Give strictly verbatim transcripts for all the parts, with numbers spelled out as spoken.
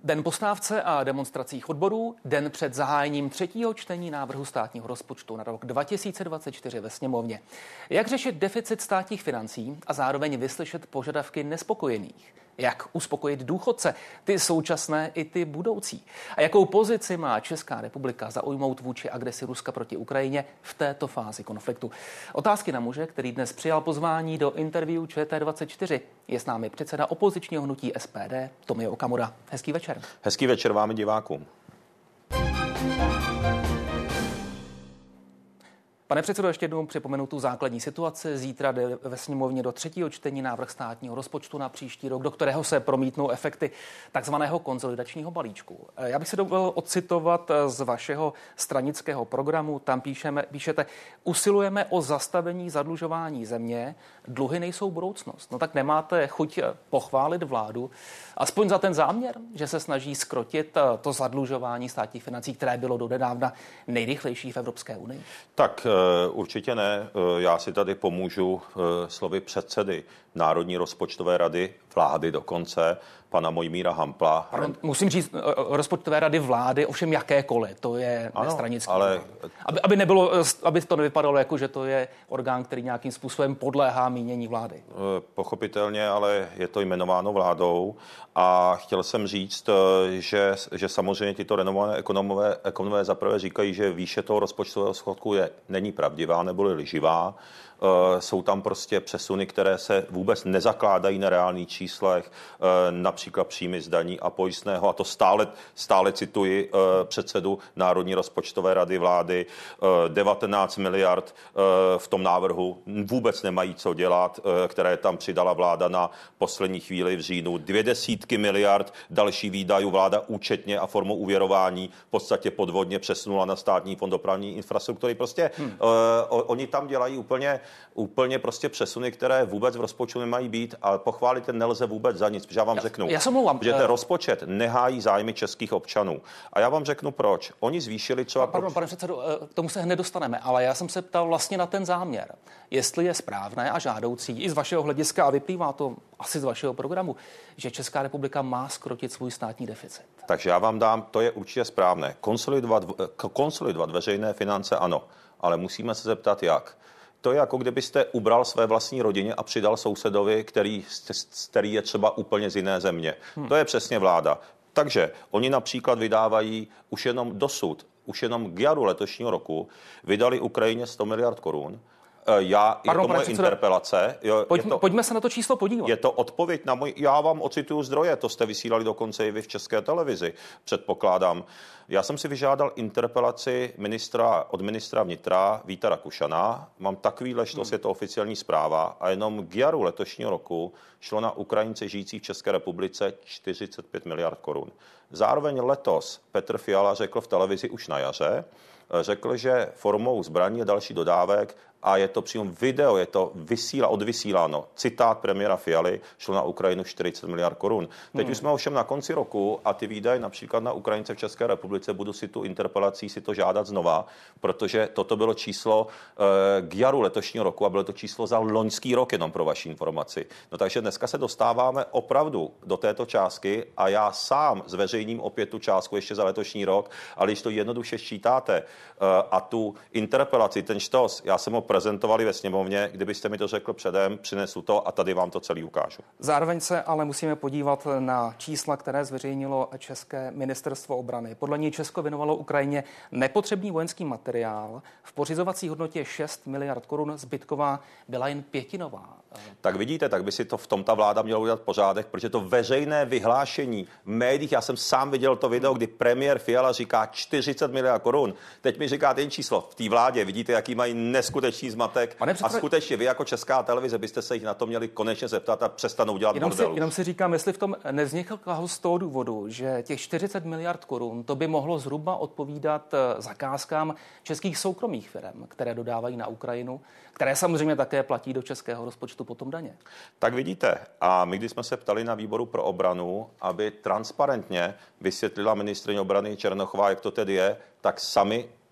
Den po stávce a demonstracích odborů, den před zahájením třetího čtení návrhu státního rozpočtu na rok dva tisíce dvacet čtyři ve sněmovně. Jak řešit deficit státních financí a zároveň vyslyšet požadavky nespokojených? Jak uspokojit důchodce, ty současné i ty budoucí? A jakou pozici má Česká republika zaujmout vůči agresi Ruska proti Ukrajině v této fázi konfliktu? Otázky na muže, který dnes přijal pozvání do interview Č T dvacet čtyři. Je s námi předseda opozičního hnutí S P D Tomio Okamura. Hezký večer. Hezký večer vám i divákům. Pane předsedo, ještě jednou připomenu tu základní situaci. Zítra jde ve sněmovně do třetího čtení návrh státního rozpočtu na příští rok, do kterého se promítnou efekty takzvaného konsolidačního balíčku. Já bych si dovolil odcitovat z vašeho stranického programu. Tam píšeme, píšete, usilujeme o zastavení zadlužování země, dluhy nejsou budoucnost. No tak nemáte chuť pochválit vládu, aspoň za ten záměr, že se snaží zkrotit to zadlužování státních financí, které bylo donedávna nejrychlejší v Evropské unii? Tak určitě ne. Já si tady pomůžu slovy předsedy Národní rozpočtové rady, vlády dokonce, pana Mojmíra Hampla. Pardon, musím říct rozpočtové rady vlády, ovšem jakékoliv, to je nestranický. Ale... Aby, aby, nebylo, aby to nevypadalo jako, že to je orgán, který nějakým způsobem podléhá mínění vlády. Pochopitelně, ale je to jmenováno vládou a chtěl jsem říct, že, že samozřejmě tyto renomované ekonomové, ekonomové zaprvé říkají, že výše toho rozpočtového schodku je, není pravdivá nebo lživá. Uh, jsou tam prostě přesuny, které se vůbec nezakládají na reálných číslech, uh, například příjmy z daní a pojistného, a to stále, stále cituji uh, předsedu Národní rozpočtové rady vlády, uh, devatenáct miliard uh, v tom návrhu vůbec nemají co dělat, uh, které tam přidala vláda na poslední chvíli v říjnu. Dvě desítky miliard další výdajů vláda účetně a formou úvěrování v podstatě podvodně přesunula na státní fond dopravní infrastruktury. Prostě hmm. uh, oni tam dělají úplně úplně prostě přesuny, které vůbec v rozpočtu nemají být, a pochválit ten nelze vůbec za nic, protože já vám já, řeknu, já že ten rozpočet nehájí zájmy českých občanů. A já vám řeknu proč. Oni zvýšili třeba... Pardon, pane předsedo, k tomu se hned dostaneme, ale já jsem se ptal vlastně na ten záměr. Jestli je správné a žádoucí i z vašeho hlediska, a vyplývá to asi z vašeho programu, že Česká republika má zkrotit svůj státní deficit. Takže já vám dám, to je určitě správné. Konsolidovat, konsolidovat veřejné finance ano, ale musíme se zeptat jak. To je jako kdybyste ubral své vlastní rodině a přidal sousedovi, který, který je třeba úplně z jiné země. Hmm. To je přesně vláda. Takže oni například vydávají už jenom dosud, už jenom k jaru letošního roku vydali Ukrajině sto miliard korun. Já, Pardon, je to moje interpelace. Jo, pojď, je to, pojďme se na to číslo podívat. Je to odpověď na můj... Já vám ocituju zdroje, to jste vysílali dokonce i vy v České televizi, předpokládám. Já jsem si vyžádal interpelaci ministra, od ministra vnitra Víta Rakušana. Mám takový ležitost, hmm. je to oficiální zpráva. A jenom k jaru letošního roku šlo na Ukrajince žijící v České republice čtyřicet pět miliard korun. Zároveň letos Petr Fiala řekl v televizi už na jaře, řekl, že formou zbraní a další dodávek, a je to přímo video, je to vysíla, odvysíláno. Citát premiéra Fialy, šlo na Ukrajinu čtyřicet miliard korun. Teď hmm. už jsme ovšem na konci roku a ty výdaje například na Ukrajince v České republice, budu si tu interpelací si to žádat znova, protože toto bylo číslo e, k jaru letošního roku a bylo to číslo za loňský rok, jenom pro vaši informaci. No takže dneska se dostáváme opravdu do této částky a já sám zveřejním opět tu částku ještě za letošní rok, ale když to jednoduše sčítáte e, a tu interpelaci, ten štos, já jsem ho prezentovali ve sněmovně, kdybyste mi to řekl předem, přinesu to a tady vám to celý ukážu. Zároveň se ale musíme podívat na čísla, které zveřejnilo České ministerstvo obrany. Podle něj Česko věnovalo Ukrajině nepotřebný vojenský materiál v pořizovací hodnotě šest miliard korun, zbytková byla jen pětinová. Tak vidíte, tak by si to v tom ta vláda měla udělat pořádek, protože to veřejné vyhlášení v médiích, já jsem sám viděl to video, kdy premiér Fiala říká čtyřicet miliard korun. Teď mi říkáte jen číslo. V té vládě vidíte, jaký mají neskutečný zmatek. Předpr... A skutečně vy jako Česká televize byste se jich na to měli konečně zeptat a přestanou dělat jenom bordelu. Si, jenom si říkám, jestli v tom nevznikl z toho důvodu, že těch čtyřicet miliard korun, to by mohlo zhruba odpovídat zakázkám českých soukromých firm, které dodávají na Ukrajinu, které samozřejmě také platí do českého rozpočtu potom daně. Tak vidíte, a my když jsme se ptali na výboru pro obranu, aby transparentně vysvětlila ministryně obrany Černochová, jak to tedy je, tak sami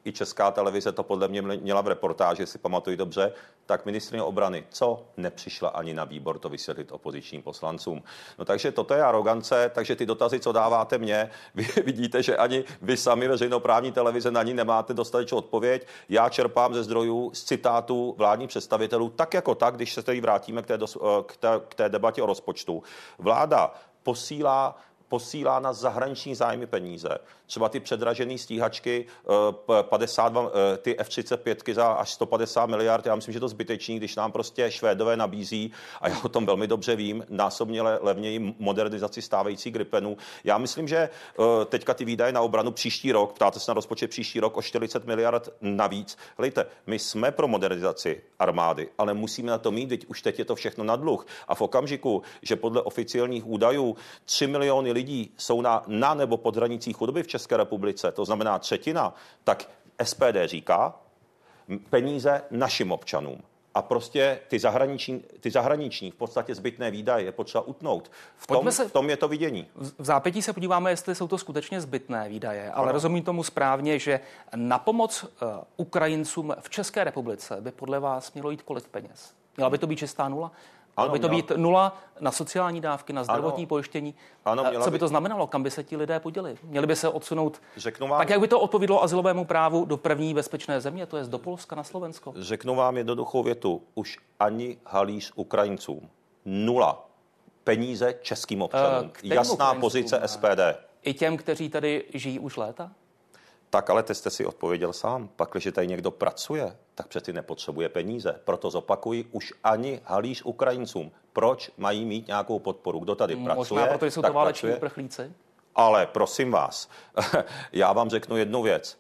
i Česká televize to podle mě měla v reportáži, si pamatuju dobře, tak ministryně obrany, co nepřišla ani na výbor to vysvětlit opozičním poslancům. No takže toto je arogance, takže ty dotazy, co dáváte mně, vy vidíte, že ani vy sami veřejnoprávní televize na ní nemáte dostatečnou odpověď. Já čerpám ze zdrojů z citátů vládních představitelů, tak jako tak, když se tady vrátíme k té, dos, k té, k té debatě o rozpočtu. Vláda posílá posílá na zahraniční zájmy peníze. Třeba ty předražené stíhačky, padesát dva, ty F třicet pět za až sto padesát miliard. Já myslím, že to zbytečný, když nám prostě Švédové nabízí, a já o tom velmi dobře vím, násobně levněji modernizaci stávajících Gripenů. Já myslím, že teďka ty výdaje na obranu příští rok, ptáte se na rozpočet příští rok o čtyřicet miliard navíc. Hlejte, my jsme pro modernizaci armády, ale musíme na to mít, teď už teď je to všechno na dluh. A v okamžiku, že podle oficiálních údajů tři miliony lidí jsou na, na nebo pod hranicí chudoby v České republice, to znamená třetina, tak S P D říká peníze našim občanům. A prostě ty zahraniční, ty zahraniční v podstatě zbytné výdaje je potřeba utnout. V tom, se, v tom je to vidění. V zápětí se podíváme, jestli jsou to skutečně zbytné výdaje, ale ano. Rozumím tomu správně, že na pomoc uh, Ukrajincům v České republice by podle vás mělo jít kolik peněz? Měla by to být čistá nula? Ano, by to měla... být nula na sociální dávky, na zdravotní ano. pojištění. Ano, co by, by to znamenalo? Kam by se ti lidé poděli? Měli by se odsunout, Řeknu vám... tak jak by to odpovídalo azylovému právu, do první bezpečné země, to je do Polska na Slovensko? Řeknu vám jednoduchou větu. Už ani halíř Ukrajincům. Nula. Peníze českým občanům. Uh, Jasná Ukrajincům? Pozice S P D. I těm, kteří tady žijí už léta? Tak ale teď jste si odpověděl sám. Pak, když tady někdo pracuje, tak přeci nepotřebuje peníze. Proto zopakuji, už ani halíř Ukrajincům. Proč mají mít nějakou podporu? Kdo tady Možná pracuje? Možná, protože jsou to váleční uprchlíci? Ale prosím vás, já vám řeknu jednu věc.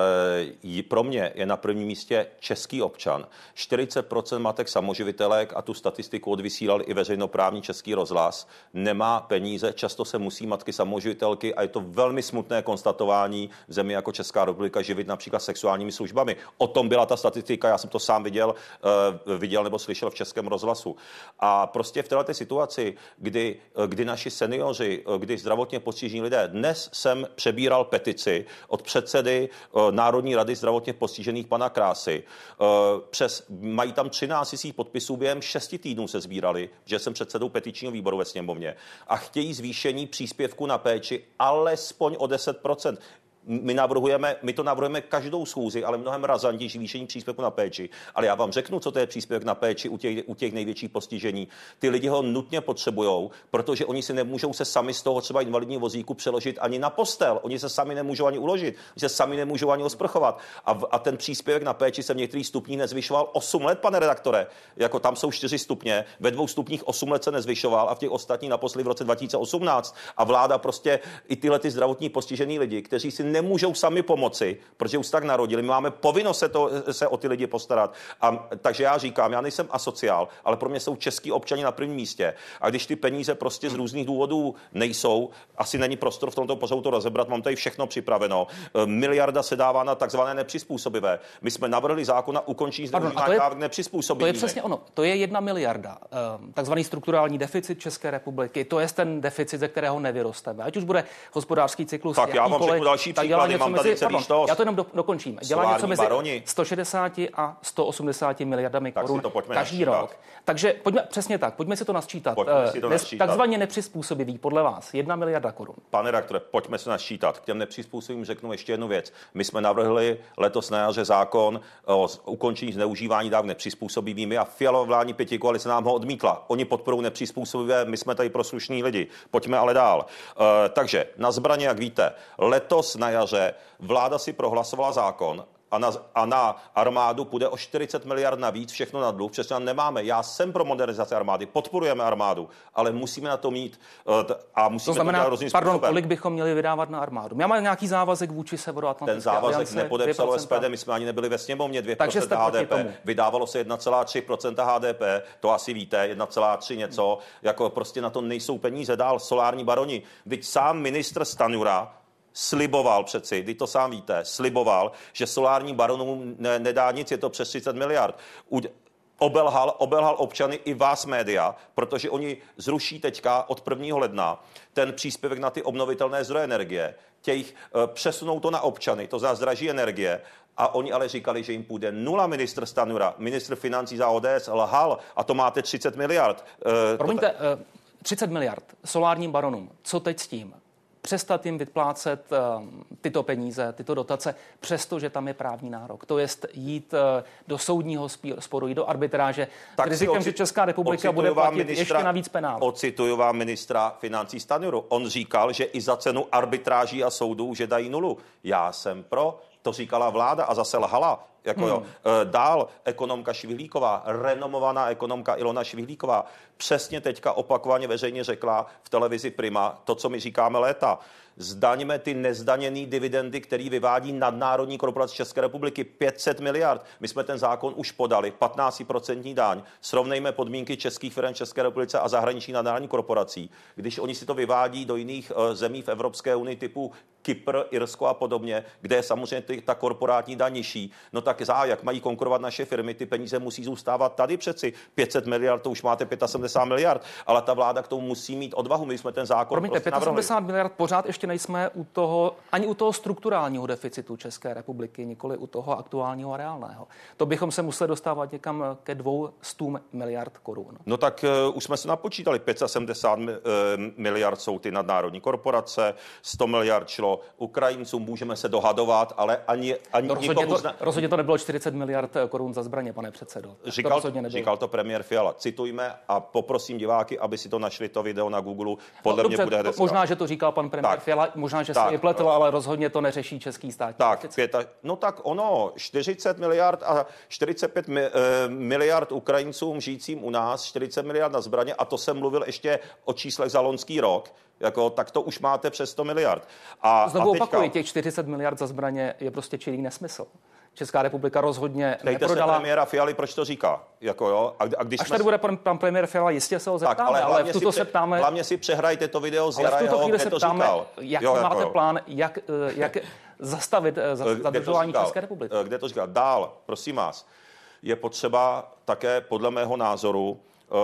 Pro mě je na prvním místě český občan. čtyřicet procent matek samoživitelek, a tu statistiku odvysílal i veřejnoprávní Český rozhlas, nemá peníze, často se musí matky samoživitelky, a je to velmi smutné konstatování, v zemi jako Česká republika živit například sexuálními službami. O tom byla ta statistika, já jsem to sám viděl, viděl nebo slyšel v Českém rozhlasu. A prostě v této situaci, kdy, kdy naši seniori, kdy zdravotně postižení lidé, dnes jsem přebíral petici od předsedy Národní rady zdravotně postižených pana Krásy. Přes, mají tam třináct tisíc podpisů, během šesti týdnů se sbírali, že jsem předsedou petičního výboru ve sněmovně, a chtějí zvýšení příspěvku na péči alespoň o deset procent. My navrhujeme, my to navrhujeme každou schůzi, ale mnohem razantnější zvýšení příspěvku na péči. Ale já vám řeknu, co to je příspěvek na péči u těch, u těch největších postižení. Ty lidi ho nutně potřebujou, protože oni si nemůžou se sami z toho třeba invalidního vozíku přeložit ani na postel. Oni se sami nemůžou ani uložit, oni se sami nemůžou ani osprchovat. A, a ten příspěvek na péči se v některých stupních nezvyšoval osm let, pane redaktore. Jako tam jsou čtyři stupně, ve dvou stupních osm let se nezvyšoval a v těch ostatních naposledy v roce dva tisíce osmnáct. A vláda prostě i tyhle ty zdravotní postižený lidi, kteří si nemůžou sami pomoci, protože už tak narodili. My máme povinnost se, to, se o ty lidi postarat. A, takže já říkám, já nejsem asociál, ale pro mě jsou český občani na prvním místě. A když ty peníze prostě z různých důvodů nejsou, asi není prostor v tomto pořadu to rozebrat, mám tady všechno připraveno. Miliarda se dává na takzvané nepřizpůsobivé. My jsme navrhli zákon na ukončení zneužívání dávek nepřizpůsobivými. To je přesně ono. To je jedna miliarda. Takzvaný strukturální deficit České republiky. To je ten deficit, ze kterého nevyrosteme. Ať už bude hospodářský cyklus. Tak já vám řeknu další příklady, mám tady celý štos. Já to jenom do, dokončím. Dělá něco mezi baroni. sto šedesát a sto osmdesát miliardami tak korun každý nasčítat. Rok. Takže pojďme, přesně tak, pojďme si to nasčítat. Si to nasčítat. Takzvaně nepřizpůsobivý, podle vás, jedna miliarda korun. Pane redaktore, pojďme se nasčítat. K těm nepřizpůsobivým řeknu ještě jednu věc. My jsme navrhli letos na jaře zákon o ukončení zneužívání dávek nepřizpůsobivými a Fialova vládní pětikoalice nám ho odmítla. Oni podporují nepřizpůsobivé, my jsme tady pro slušný lidi. Pojďme ale dál. Uh, takže na zbraně, jak víte, letos na jaře vláda si prohlasovala zákon a na, a na armádu půjde o čtyřicet miliard navíc, všechno na dluh, přesně nemáme. Já jsem pro modernizaci armády, podporujeme armádu, ale musíme na to mít uh, a musíme to znamená, to dělat rozným pardon, způsobem. Kolik bychom měli vydávat na armádu? My máme nějaký závazek vůči Severoatlantické Ten závazek aliance, nepodepsalo S P D, my jsme ani nebyli ve sněmovně, dvě procenta H D P. Vydávalo se jedna celá tři procenta H D P, to asi víte, jedna celá tři něco, jako prostě na to nejsou peníze dál, solární baroni. Vždyť sám ministr Stanjura sliboval přeci, když to sám víte, sliboval, že solárním baronům ne, nedá nic, je to přes třicet miliard. U, obelhal, obelhal občany i vás média, protože oni zruší teďka od prvního ledna ten příspěvek na ty obnovitelné zdroje energie. Chtějí přesunou to na občany, to za zdraží energie. A oni ale říkali, že jim půjde nula. Ministr Stanjura, ministr financí za O D S lhal a to máte třicet miliard. Promiňte, třicet miliard solárním baronům. Co teď s tím? Přestat jim vyplácet uh, tyto peníze, tyto dotace, přestože tam je právní nárok. To jest jít uh, do soudního sporu, jít do arbitráže. Tak rizikem, oci- že Česká republika bude platit ministra, ještě navíc penál. Ocituju vám ministra financí Stanjuru. On říkal, že i za cenu arbitráží a soudů, že dají nulu. Já jsem pro. To říkala vláda a zase lhala. Jako hmm. jo. Dál ekonomka Švihlíková, renomovaná ekonomka Ilona Švihlíková, přesně teďka opakovaně veřejně řekla v televizi Prima to, co my říkáme léta. Zdaňme ty nezdaněné dividendy, který vyvádí nadnárodní korporace České republiky, pět set miliard. My jsme ten zákon už podali, patnáct procent daň. Srovnejme podmínky českých firm v České republice a zahraničních nadnárodních korporací. Když oni si to vyvádí do jiných uh, zemí v Evropské unii typu Kypr, Irsko a podobně, kde je samozřejmě ty, ta korporátní daň nižší, no tak za, jak mají konkurovat naše firmy, ty peníze musí zůstávat tady přeci. pět set miliard, to už máte sedmdesát pět miliard, ale ta vláda k tomu musí mít odvahu. My jsme ten zákon Promiňte, prostě sedmdesát pět miliard pořád ještě nejsme u toho, ani u toho strukturálního deficitu České republiky, nikoli u toho aktuálního a reálného. To bychom se museli dostávat někam ke dvou stům miliard korun. No tak uh, už jsme se napočítali, pět set sedmdesát uh, miliard jsou ty nadnárodní korporace, sto miliard šlo Ukrajincům, můžeme se dohadovat, ale ani, ani to rozhodně, to, zna... rozhodně to nebylo čtyřicet miliard korun za zbraně, pane předsedo. Říkal to, říkal to premiér Fiala. Citujme a poprosím diváky, aby si to našli, to video na Google. Podle no, mě dobře, bude hezká. Možná, že to říkal pan premiér tak, Fiala, možná, že tak, se vypletl, ale rozhodně to neřeší český stát. Tak, pěta, no tak ono, čtyřicet miliard a čtyřicet pět mi, eh, miliard Ukrajincům žijícím u nás, čtyřicet miliard na zbraně a to jsem mluvil ještě o číslech za loňský rok. Jako, tak to už máte přes sto miliard. A, Znovu a teďka... opakuji, těch čtyřicet miliard za zbraně je prostě čirý nesmysl. Česká republika rozhodně Dejte neprodala... se premiéra Fialy, proč to říká? Jako jo? A, a když Až jsme... tady bude pan, pan premiér Fiala, jistě se ho zeptáme, tak, ale, ale v tuto si se ptáme... Hlavně si přehrajte to video z jara, jeho, kde se to ptáme, říkal. Jak jo, máte jako plán, jak, jak zastavit zadržování České republiky? Kde to říkal? Dál, prosím vás, je potřeba také podle mého názoru,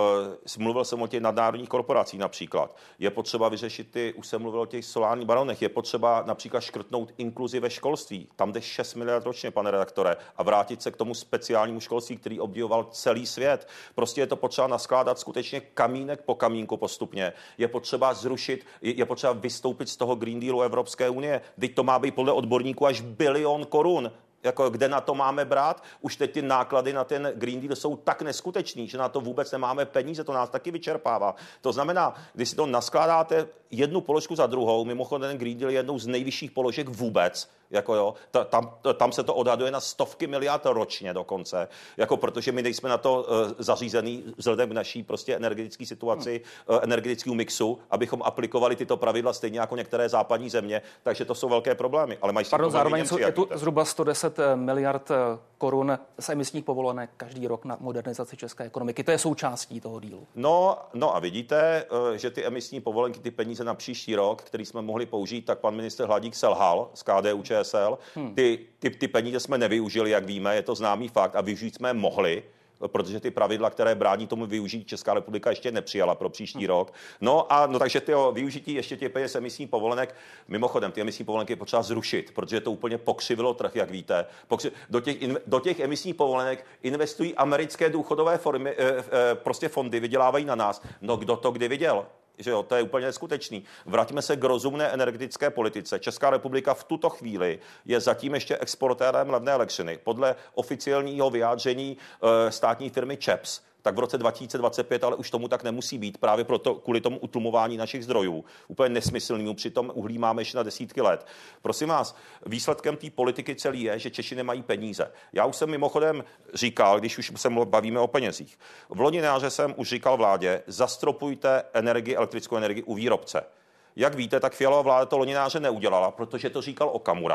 Uh, mluvil jsem o těch nadnárodních korporacích například. Je potřeba vyřešit ty, už jsem mluvil o těch solárních baronech, je potřeba například škrtnout inkluzi ve školství. Tam jde šest miliard ročně, pane redaktore, a vrátit se k tomu speciálnímu školství, který obdivoval celý svět. Prostě je to potřeba naskládat skutečně kamínek po kamínku postupně. Je potřeba zrušit, je, je potřeba vystoupit z toho Green Dealu Evropské unie. Teď to má být podle odborníků až bilion korun. Jako kde na to máme brát? Už teď ty náklady na ten Green Deal jsou tak neskutečný, že na to vůbec nemáme peníze, to nás taky vyčerpává. To znamená, když si to naskládáte jednu položku za druhou, mimochodem ten Green Deal je jednou z nejvyšších položek vůbec, jako jo, ta, tam, tam se to odhaduje na stovky miliard ročně dokonce, jako protože my nejsme na to uh, zařízený vzhledem k naší prostě energetické situaci, hmm. uh, energetickému mixu, abychom aplikovali tyto pravidla stejně jako některé západní země, takže to jsou velké problémy. Ale mají Pardon, zároveň jsou, je tu zhruba sto deset miliard korun z emisních povolenek každý rok na modernizaci české ekonomiky. To je součástí toho dílu. No, no a vidíte, že ty emisní povolenky, ty peníze na příští rok, který jsme mohli použít, tak pan ministr Hladík selhal z K D U Č S L. Hmm. Ty, ty, ty peníze jsme nevyužili, jak víme, je to známý fakt a využít jsme mohli, protože ty pravidla, které brání tomu využít, Česká republika ještě nepřijala pro příští hmm. rok. No a no, takže ty využití ještě těch peněz emisní povolenek, mimochodem ty emisní povolenky je potřeba zrušit, protože to úplně pokřivilo trh, jak víte. Pokři- do, těch in- do těch emisních povolenek investují americké důchodové formy, eh, eh, prostě fondy, vydělávají na nás. No kdo to kdy viděl? Že jo, to je úplně neskutečný. Vraťme se k rozumné energetické politice. Česká republika v tuto chvíli je zatím ještě exportérem levné elektřiny. Podle oficiálního vyjádření e, státní firmy ČEPS, tak v roce dva tisíce dvacet pět ale už tomu tak nemusí být, právě proto, kvůli tomu utlumování našich zdrojů. Úplně nesmyslnému, přitom uhlí máme ještě na desítky let. Prosím vás, výsledkem té politiky celý je, že Češi nemají peníze. Já už jsem mimochodem říkal, když už se bavíme o penězích. V loni na jaře jsem už říkal vládě, zastropujte energii, elektrickou energii u výrobce. Jak víte, tak Fialova vláda to loni na jaře neudělala, protože to říkal Okamura.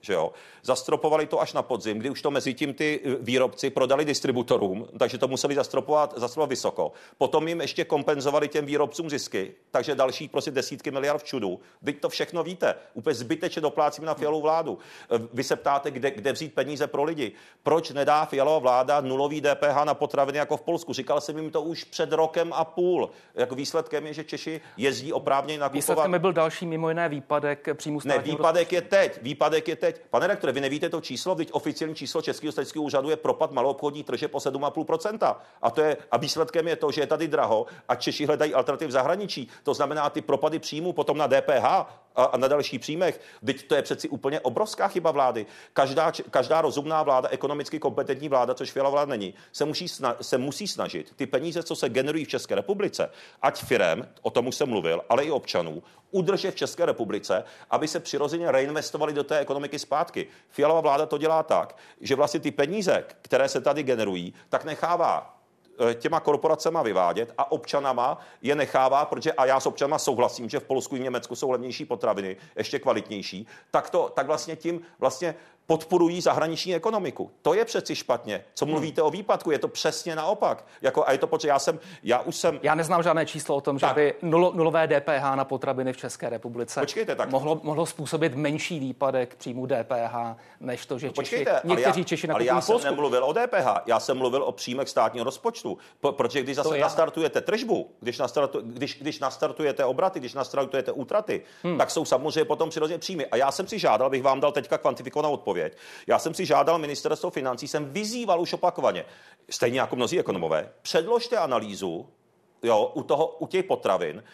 že jo. Zastropovali to až na podzim, kdy už to mezi tím ty výrobci prodali distributorům, takže to museli zastropovat, zastropovat vysoko. Potom jim ještě kompenzovali těm výrobcům zisky, takže dalších prostě desítky miliard v čudu. Vy to všechno víte. Úplně zbytečně doplácíme na Fialovou vládu. Vy se ptáte, kde, kde vzít peníze pro lidi. Proč nedá Fialová vláda nulový D P H na potraviny jako v Polsku? Říkal jsem jim to už před rokem a půl. Jako výsledkem je, že Češi jezdí oprávněně nakupovat. Výsledkem byl další mimo jiné výpadek příjmu státního Ne, výpadek rozpočtu. je teď. Výpadek je teď. Pane rektore, vy nevíte to číslo? Vždyť oficiální číslo Českého statistického úřadu je propad maloobchodní tržeb o sedm celá pět procenta. A to je a výsledkem je to, že je tady draho a Češi hledají alternativy v zahraničí. To znamená ty propady příjmu potom na D P H a, a na dalších příjmech. Vždyť to je přeci úplně obrovská chyba vlády. Každá, každá rozumná vláda, ekonomicky kompetentní vláda, což Fialova vláda není, se musí, sna, se musí snažit ty peníze, co se generují v České republice, ať firem, o tom už jsem mluvil, ale i občanů, udržet v České republice, aby se přirozeně reinvestovali do té ekonomiky zpátky. Fialova vláda to dělá tak, že vlastně ty peníze, které se tady generují, tak nechává těma korporacema vyvádět a občanama je nechává, protože a já s občanama souhlasím, že v Polsku i v Německu jsou levnější potraviny, ještě kvalitnější, tak to tak vlastně tím vlastně podporují zahraniční ekonomiku. To je přeci špatně. Co mluvíte hmm. o výpadku? Je to přesně naopak. Jako, a je to protože já jsem, já už jsem... Já neznám žádné číslo o tom, tak. že by nulo, nulové D P H na potraviny v České republice Počkejte, tak. Mohlo, mohlo způsobit menší výpadek příjmu D P H, než to, že no, Češi, počkejte, někteří já, Češi nakupují ale já v Polsku. jsem nemluvil o D P H, já jsem mluvil o příjmech státního rozpočtu. Po, protože když zase nastartujete tržbu, když, nastartu, když, když nastartujete obraty, když nastartujete útraty, hmm. tak jsou samozřejmě potom přirozeně příjmy. A já jsem si žádal, bych vám dal teďka kvantifikovanou odpověď. Já jsem si žádal ministerstvo financí, jsem vyzýval už opakovaně, stejně jako mnozí ekonomové, předložte analýzu, jo, u, toho, u těch potravin,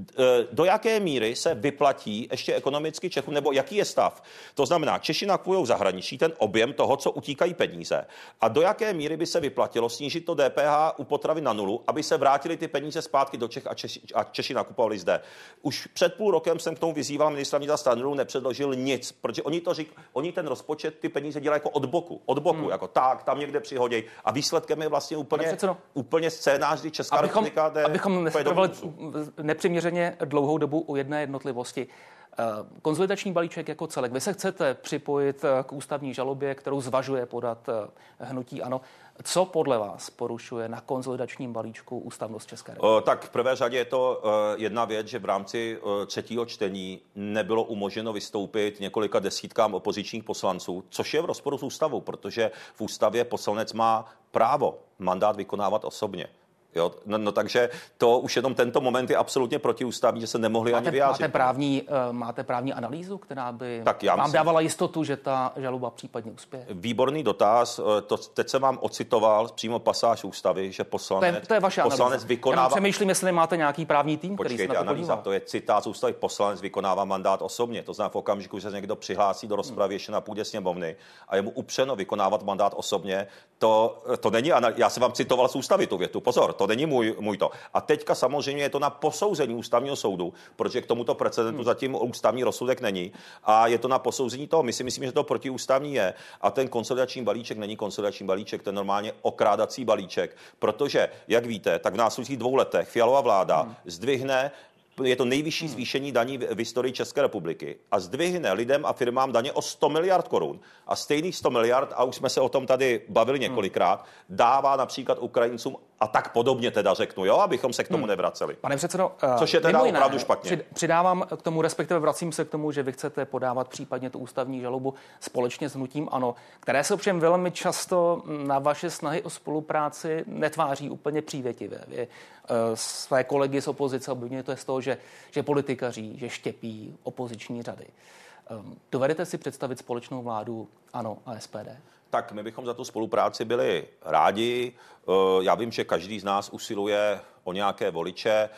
do jaké míry se vyplatí ještě ekonomicky Čechům, nebo jaký je stav. To znamená, Češi nakupují v zahraničí ten objem toho, co utíkají peníze. A do jaké míry by se vyplatilo snížit to D P H u potravin na nulu, aby se vrátili ty peníze zpátky do Čech a Češi, a Češi nakupovali zde. Už před půl rokem jsem k tomu vyzýval ministra vnitra Stanjuru, nepředložil nic, protože oni to řík, oni ten rozpočet ty peníze dělají jako od boku, od boku, hmm. jako tak, tam někde přihodějí. A výsledkem je vlastně úplně, úplně scénář, kdy Česká abychom, republika jde abychom nestrvali nepřiměřeně dlouhou dobu u jedné jednotlivosti. Konzolidační balíček jako celek. Vy se chcete připojit k ústavní žalobě, kterou zvažuje podat hnutí ANO. Co podle vás porušuje na konzolidačním balíčku ústavnost České republiky? Tak v prvé řadě je to jedna věc, že v rámci třetího čtení nebylo umožněno vystoupit několika desítkám opozičních poslanců, což je v rozporu s ústavou, protože v ústavě poslanec má právo mandát vykonávat osobně. Jo, no, no takže to už jenom tento moment je absolutně protiústavní, že se nemohli máte, ani vyjádřit. Máte právní, uh, máte právní analýzu, která by tak já vám myslím, dávala jistotu, že ta žaloba případně uspěje? Výborný dotaz. To, teď jsem vám ocitoval přímo pasáž ústavy, že poslanec, to je, to je vaše poslanec analýza. vykonává... Já přemýšlím, jestli nemáte nějaký právní tým, Počkejte, který se na to analýza, podívá. to je citát z ústavy, poslanec vykonává mandát osobně. To znamená v okamžiku, že se někdo přihlásí do rozpravy ještě na půdě sněmovny a je mu upřeno vykonávat mandát osobně, to, to není, já jsem vám citoval z ústavy tu větu, pozor, to není můj, můj to. A teďka samozřejmě je to na posouzení ústavního soudu, protože k tomuto precedentu hmm. zatím ústavní rozsudek není a je to na posouzení toho. My si myslíme, že to protiústavní je a ten konsolidační balíček není konsolidační balíček, to je normálně okrádací balíček, protože, jak víte, tak v následujících dvou letech Fialova vláda hmm. zdvihne je to nejvyšší hmm. zvýšení daní v, v historii České republiky a zdvihne lidem a firmám daně o sto miliard korun a stejných sto miliard, a už jsme se o tom tady bavili několikrát, dává například Ukrajincům a tak podobně teda řeknu, jo, abychom se k tomu hmm. nevraceli. Pane předsedo, což je teda opravdu špatně. Přidávám k tomu, respektive vracím se k tomu, že vy chcete podávat případně tu ústavní žalobu společně s hnutím ANO, které se ovšem velmi často na vaše snahy o spolupráci netváří úplně přívětivě. Vy uh, své kolegy z opozice obviňujete z toho, že, že politikaří, že štěpí opoziční řady. Um, dovedete si představit společnou vládu ANO a S P D? Tak my bychom za tu spolupráci byli rádi. Já vím, že každý z nás usiluje o nějaké voliče.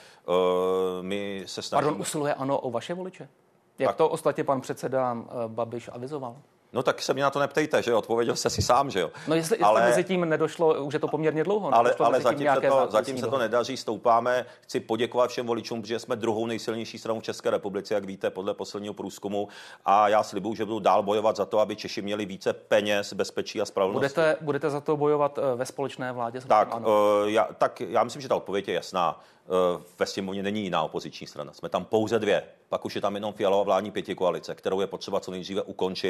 My se snažíme... Pardon, usiluje ANO o vaše voliče? Jak tak... to ostatně pan předseda Babiš avizoval? No tak se mě na to neptejte, že jo? Odpověděl jste si sám, že jo? No jestli, jestli ale, mezi tím nedošlo, už je to poměrně dlouho. Ale, ale zatím, se to, zatím se to nedaří, stoupáme. Chci poděkovat všem voličům, protože jsme druhou nejsilnější stranou v České republice, jak víte, podle posledního průzkumu. A já slibuju, že budu dál bojovat za to, aby Češi měli více peněz, bezpečí a spravedlnosti. Budete, budete za to bojovat ve společné vládě? Tak, uh, já, tak já myslím, že ta odpověď je jasná. Ve sněmovně není jiná opoziční strana. Jsme tam pouze dvě. Pak už je tam jenom Fialova vládní pětikoalice, kterou je potřeba co nejdříve ukončit,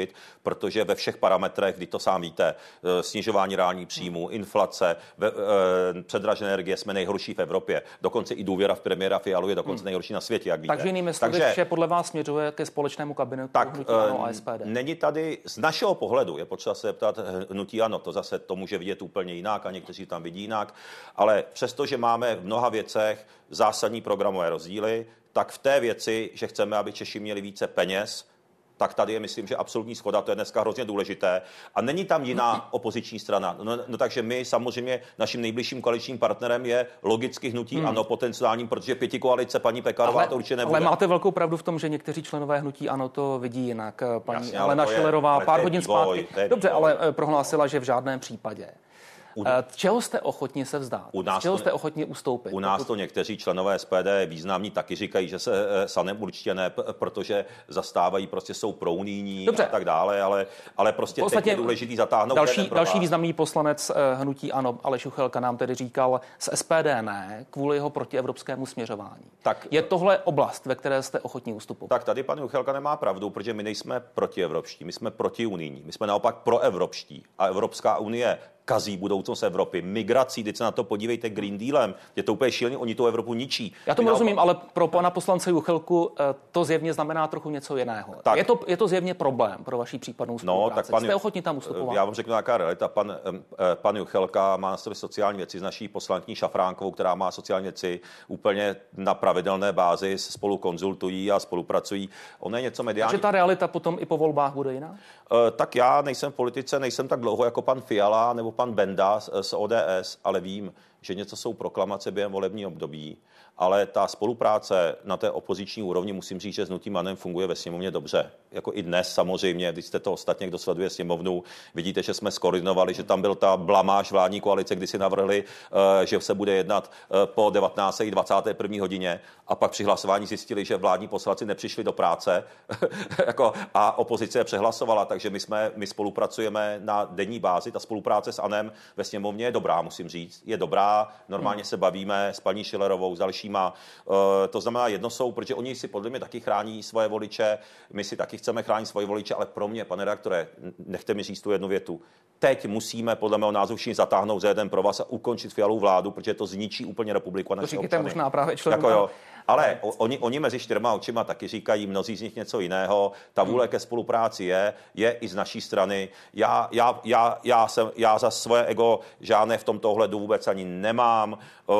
protože ve všech parametrech, kdy to sám víte, snižování reálních příjmů, inflace, předražené energie, jsme nejhorší v Evropě. Dokonce i důvěra v premiéra Fialu je dokonce nejhorší na světě, jak víte. Takže jinými slovy, vše podle vás směřuje ke společnému kabinetu tak, hnutí ANO a S P D. Není tady, z našeho pohledu, je potřeba se zeptat hnutí ANO, to zase to může vidět úplně jinak a někteří tam vidí jinak, ale přestože máme v mnoha věcech zásadní programové rozdíly, tak v té věci, že chceme, aby Češi měli více peněz, tak tady je, myslím, že absolutní shoda, to je dneska hrozně důležité. A není tam jiná opoziční strana. No, no takže my samozřejmě naším nejbližším koaličním partnerem je logicky hnutí hmm. ANO potenciálním, protože pěti koalice paní Pekarová ale, to určitě nebude. Ale máte velkou pravdu v tom, že někteří členové hnutí ANO to vidí jinak. Paní Jasně, Alena Schillerová pár hodin vývoj, zpátky. Dobře, ale prohlásila, že v žádném případě. U... Čeho jste ochotni se vzdát? U nás čeho to... jste ochotni ustoupit? U nás pokud... to někteří členové S P D významní taky říkají, že se sanem určitě ne, protože zastávají, prostě jsou prounijní a tak dále, ale, ale prostě teď je důležitý zatáhnout. Další, další významný poslanec hnutí ANO, Aleš Juchelka, nám tedy říkal, z S P D ne, kvůli jeho protievropskému směřování. Tak, je tohle oblast, ve které jste ochotní ustupovat? Tak tady pan Juchelka nemá pravdu, protože my nejsme protievropští, my jsme protiunijní, my jsme naopak proevropští a Evropská unie kazí budoucnost Evropy. Migrací, teď se na to podívejte Green Dealem, je to úplně šílený, oni tu Evropu ničí. Já tomu rozumím, ale pro pana poslance Juchelku to zjevně znamená trochu něco jiného. Tak, je, to, je to zjevně problém pro vaši případnou spolupráci. No, tak pan, jste ochotni tam ustupovat? Já vám řeknu, jaká realita. Pan, pan Juchelka má na sebe sociální věci s naší poslankyní Šafránkovou, která má sociální věci úplně na pravidelné bázi, spolu konzultují a spolupracují. Ono je něco mediální. Takže ta realita potom i po volbách bude jiná? Tak já nejsem v politice, nejsem tak dlouho jako pan Fiala nebo pan Benda z O D S, ale vím, že něco jsou proklamace během volební období, ale ta spolupráce na té opoziční úrovni, musím říct, že s hnutím ANO funguje ve sněmovně dobře. Jako i dnes samozřejmě, když jste to ostatně, kdo sleduje sněmovnu, vidíte, že jsme skoordinovali, že tam byl ta blamáž vládní koalice, kdy si navrhli, že se bude jednat po devatenácté dvacáté první hodině a pak při hlasování zjistili, že vládní poslanci nepřišli do práce jako, a opozice je přehlasovala, takže my, jsme, my spolupracujeme na denní bázi. Ta spolupráce s ANem ve sněmovně je dobrá, musím říct. Je dobrá, normálně se bavíme s paní Schillerovou, s dalšíma. To znamená, jedno jsou, protože oni si podle mě taky chrání svoje voliče, my si taky chceme chránit svoje voliče, ale pro mě, pane redaktore, nechte mi říct tu jednu větu. Teď musíme podle mého názoru všichni zatáhnout za jeden pro vás a ukončit Fialovu vládu, protože to zničí úplně republiku a naše občany. To říkáte možná právě člověk. Jako jo. Ale oni, oni mezi čtyřma očima taky říkají, mnozí z nich něco jiného. Ta vůle ke spolupráci je, je i z naší strany. Já, já, já, já, jsem, já za svoje ego žádné v tomto ohledu vůbec ani nemám.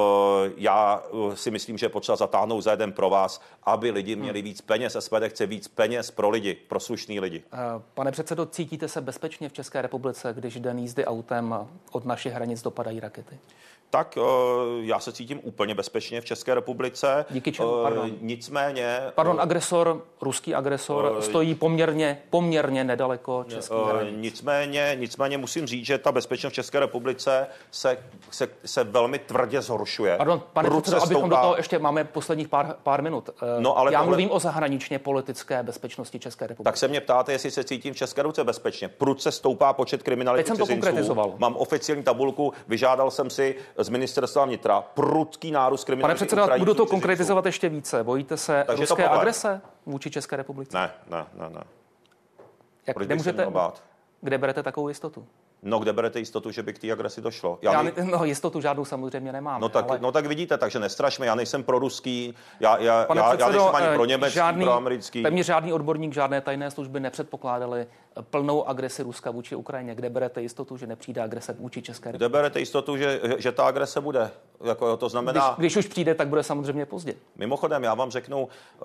Já si myslím, že je potřeba zatáhnout za jeden pro vás, aby lidi měli víc peněz. S P D chce víc peněz pro lidi, pro slušný lidi. Pane předsedo, cítíte se bezpečně v České republice, když den jízdy autem od našich hranic dopadají rakety? Tak já se cítím úplně bezpečně v České republice. Díky čemu? Pardon. Nicméně... Pardon, agresor, ruský agresor stojí poměrně, poměrně nedaleko českých hranic. Nicméně, nicméně musím říct, že ta bezpečnost v České republice se, se, se velmi tvrdě zhoršuje. Pardon, pane předsedo, abychom stoupá... do toho ještě máme posledních pár, pár minut. No, ale já tohle... mluvím o zahraničně politické bezpečnosti České republiky. Tak se mě ptáte, jestli se cítím v České republice bezpečně. Prudce stoupá počet kriminalitů cizinců. Teď jsem to konkretizoval. Mám oficiální tabulku, vyžádal jsem si z ministerstva vnitra prudký nárůst kriminality. Pane předsedo, budu to konkretizovat ještě více. Bojíte se Takže ruské agrese vůči České republice? Ne, ne, ne, ne. Jak, kde, můžete, kde berete takovou jistotu? No, kde berete jistotu, že by k té agresi došlo? Já, já ne... No, jistotu žádnou samozřejmě nemám. No tak, ale... no tak vidíte, takže nestrašme, já nejsem pro ruský, já, já, já, předsedo, já nejsem ani pro německý, žádný, pro americký. Pevně žádný odborník, žádné tajné služby nepředpokládali plnou agresi Ruska vůči Ukrajině. Kde berete jistotu, že nepřijde agrese vůči České republice? Kde berete jistotu, že, že ta agrese bude? Jako, to znamená... Když, když už přijde, tak bude samozřejmě pozdě. Mimochodem, já vám řeknu, uh,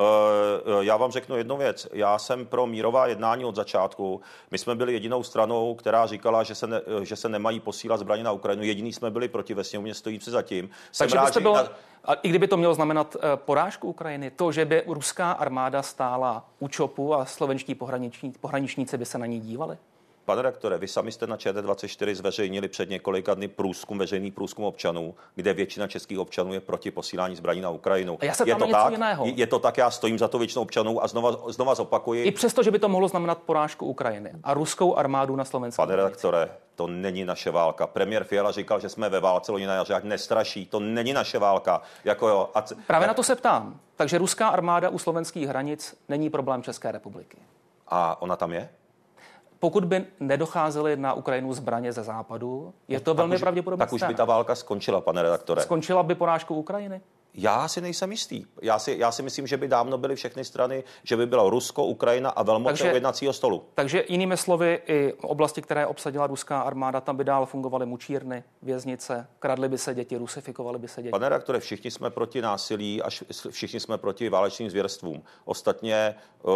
já vám řeknu jednu věc. Já jsem pro mírová jednání od začátku. My jsme byli jedinou stranou, která říkala, že se, ne, že se nemají posílat zbraně na Ukrajinu. Jediný jsme byli proti, ve sněmovně stojí se zatím. Takže byste byl, na... a i kdyby to mělo znamenat uh, porážku Ukrajiny, to, že by ruská armáda stála u ČOPu a slovenští pohraniční, pohraničníci by se na ní dívali? Pane redaktore, vy sami jste na Č T dvacet čtyři zveřejnili před několika dny průzkum, veřejný průzkum občanů, kde většina českých občanů je proti posílání zbraní na Ukrajinu. A já se je to něco tak? jiného. Je to tak, já stojím za to většinou občanů a znova, znova zopakuji. I přesto, že by to mohlo znamenat porážku Ukrajiny a ruskou armádu na Slovensku. Pane redaktore, to není naše válka. Premiér Fiala říkal, že jsme ve válce loni na jaře, ať nestraší. To není naše válka. Jako jo, a c... Právě na to se ptám. Takže ruská armáda u slovenských hranic není problém České republiky. A ona tam je? pokud by nedocházely na Ukrajinu zbraně ze západu, je to velmi pravděpodobné. Tak už by ta válka skončila, pane redaktore. Skončila by porážkou Ukrajiny? Já si nejsem jistý. Já si, já si myslím, že by dávno byly všechny strany, že by bylo Rusko, Ukrajina a velmoce u jednacího stolu. Takže jinými slovy, i oblasti, které obsadila ruská armáda, tam by dál fungovaly mučírny, věznice, kradly by se děti, rusifikovaly by se děti. Pane redaktore, všichni jsme proti násilí a všichni jsme proti válečným zvěrstvům. Ostatně uh,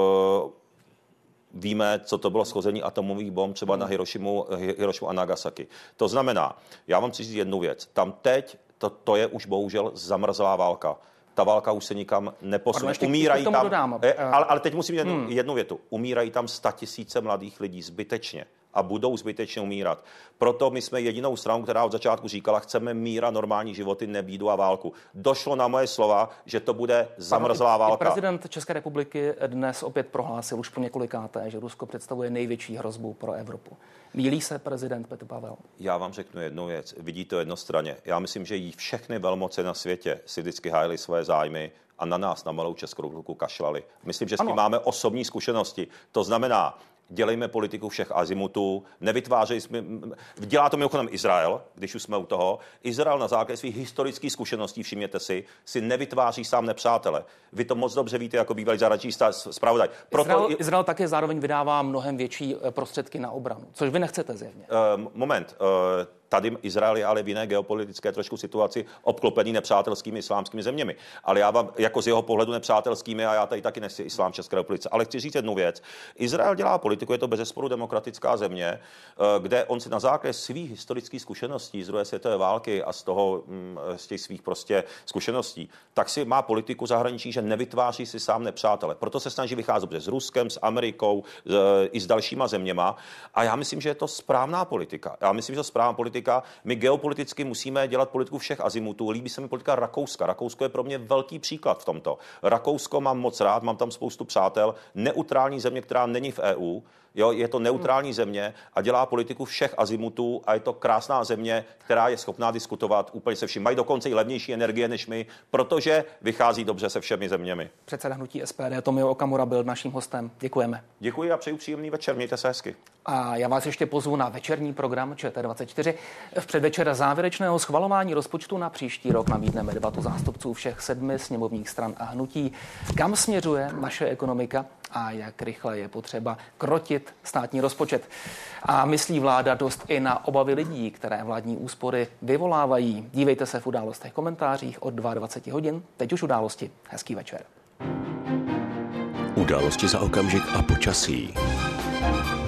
víme, co to bylo schození atomových bomb třeba na Hirošimu, Hirošimu a Nagasaki. To znamená, já vám chci říct jednu věc. Tam teď To, to je už bohužel zamrzlá válka. Ta válka už se nikam neposune. Umírají tam, ale, ale teď musím jednu, hmm. jednu větu. Umírají tam statisíce mladých lidí zbytečně a budou zbytečně umírat. Proto my jsme jedinou stranou, která od začátku říkala, chceme mír a normální životy, nebídu a válku. Došlo na moje slova, že to bude zamrzlá válka. Prezident České republiky dnes opět prohlásil už po několikáté, že Rusko představuje největší hrozbu pro Evropu. Mýlí se prezident Petr Pavel? Já vám řeknu jednu věc. Vidí to jednostranně. Já myslím, že jí všechny velmoci na světě si vždycky hájily svoje zájmy a na nás, na malou Českou republiku, kašlali. Myslím, že s tím máme osobní zkušenosti. To znamená, dělejme politiku všech azimutů, nevytvářejme, dělá to mimochodem Izrael, když už jsme u toho. Izrael na základě svých historických zkušeností, všimněte si, si nevytváří sám nepřátele. Vy to moc dobře víte jako bývalý zahraniční zpravodaj. Proto Izrael, i... Izrael také zároveň vydává mnohem větší prostředky na obranu, což vy nechcete zjevně. Uh, moment. Uh, Tady Izrael je ale v jiné geopolitické trošku situaci obklopený nepřátelskými islámskými zeměmi. Ale já vám jako z jeho pohledu nepřátelskými, a já tady taky nechci islám v České republice. Ale chci říct jednu věc. Izrael dělá politiku, je to bezesporu demokratická země, kde on si na základě svých historických zkušeností z druhé světové války a z toho, z těch svých prostě zkušeností, tak si má politiku zahraničí, že nevytváří si sám nepřátele. Proto se snaží vycházet dobře s Ruskem, s Amerikou, i s dalšíma zeměma. A já myslím, že je to správná politika. Já myslím, že to správná politika. My geopoliticky musíme dělat politiku všech azimutů. Líbí se mi politika Rakouska. Rakousko je pro mě velký příklad v tomto. Rakousko mám moc rád, mám tam spoustu přátel. Neutrální země, která není v E U. Jo, je to neutrální země a dělá politiku všech azimutů a je to krásná země, která je schopná diskutovat úplně se vším. Mají dokonce i levnější energie než my, protože vychází dobře se všemi zeměmi. Předseda hnutí S P D Tomio Okamura byl naším hostem. Děkujeme. Děkuji a přeju příjemný večer. Mějte se hezky. A já vás ještě pozvu na večerní program Č T dvacet čtyři. V předvečer závěrečného schvalování rozpočtu na příští rok nabídneme debatu zástupců všech sedmi sněmovních stran a hnutí. Kam směřuje naše ekonomika a jak rychle je potřeba krotit státní rozpočet. A myslí vláda dost i na obavy lidí, které vládní úspory vyvolávají. Dívejte se v Událostech komentářích od dvacet dva hodin. Teď už Události. Hezký večer. Události za okamžik a počasí.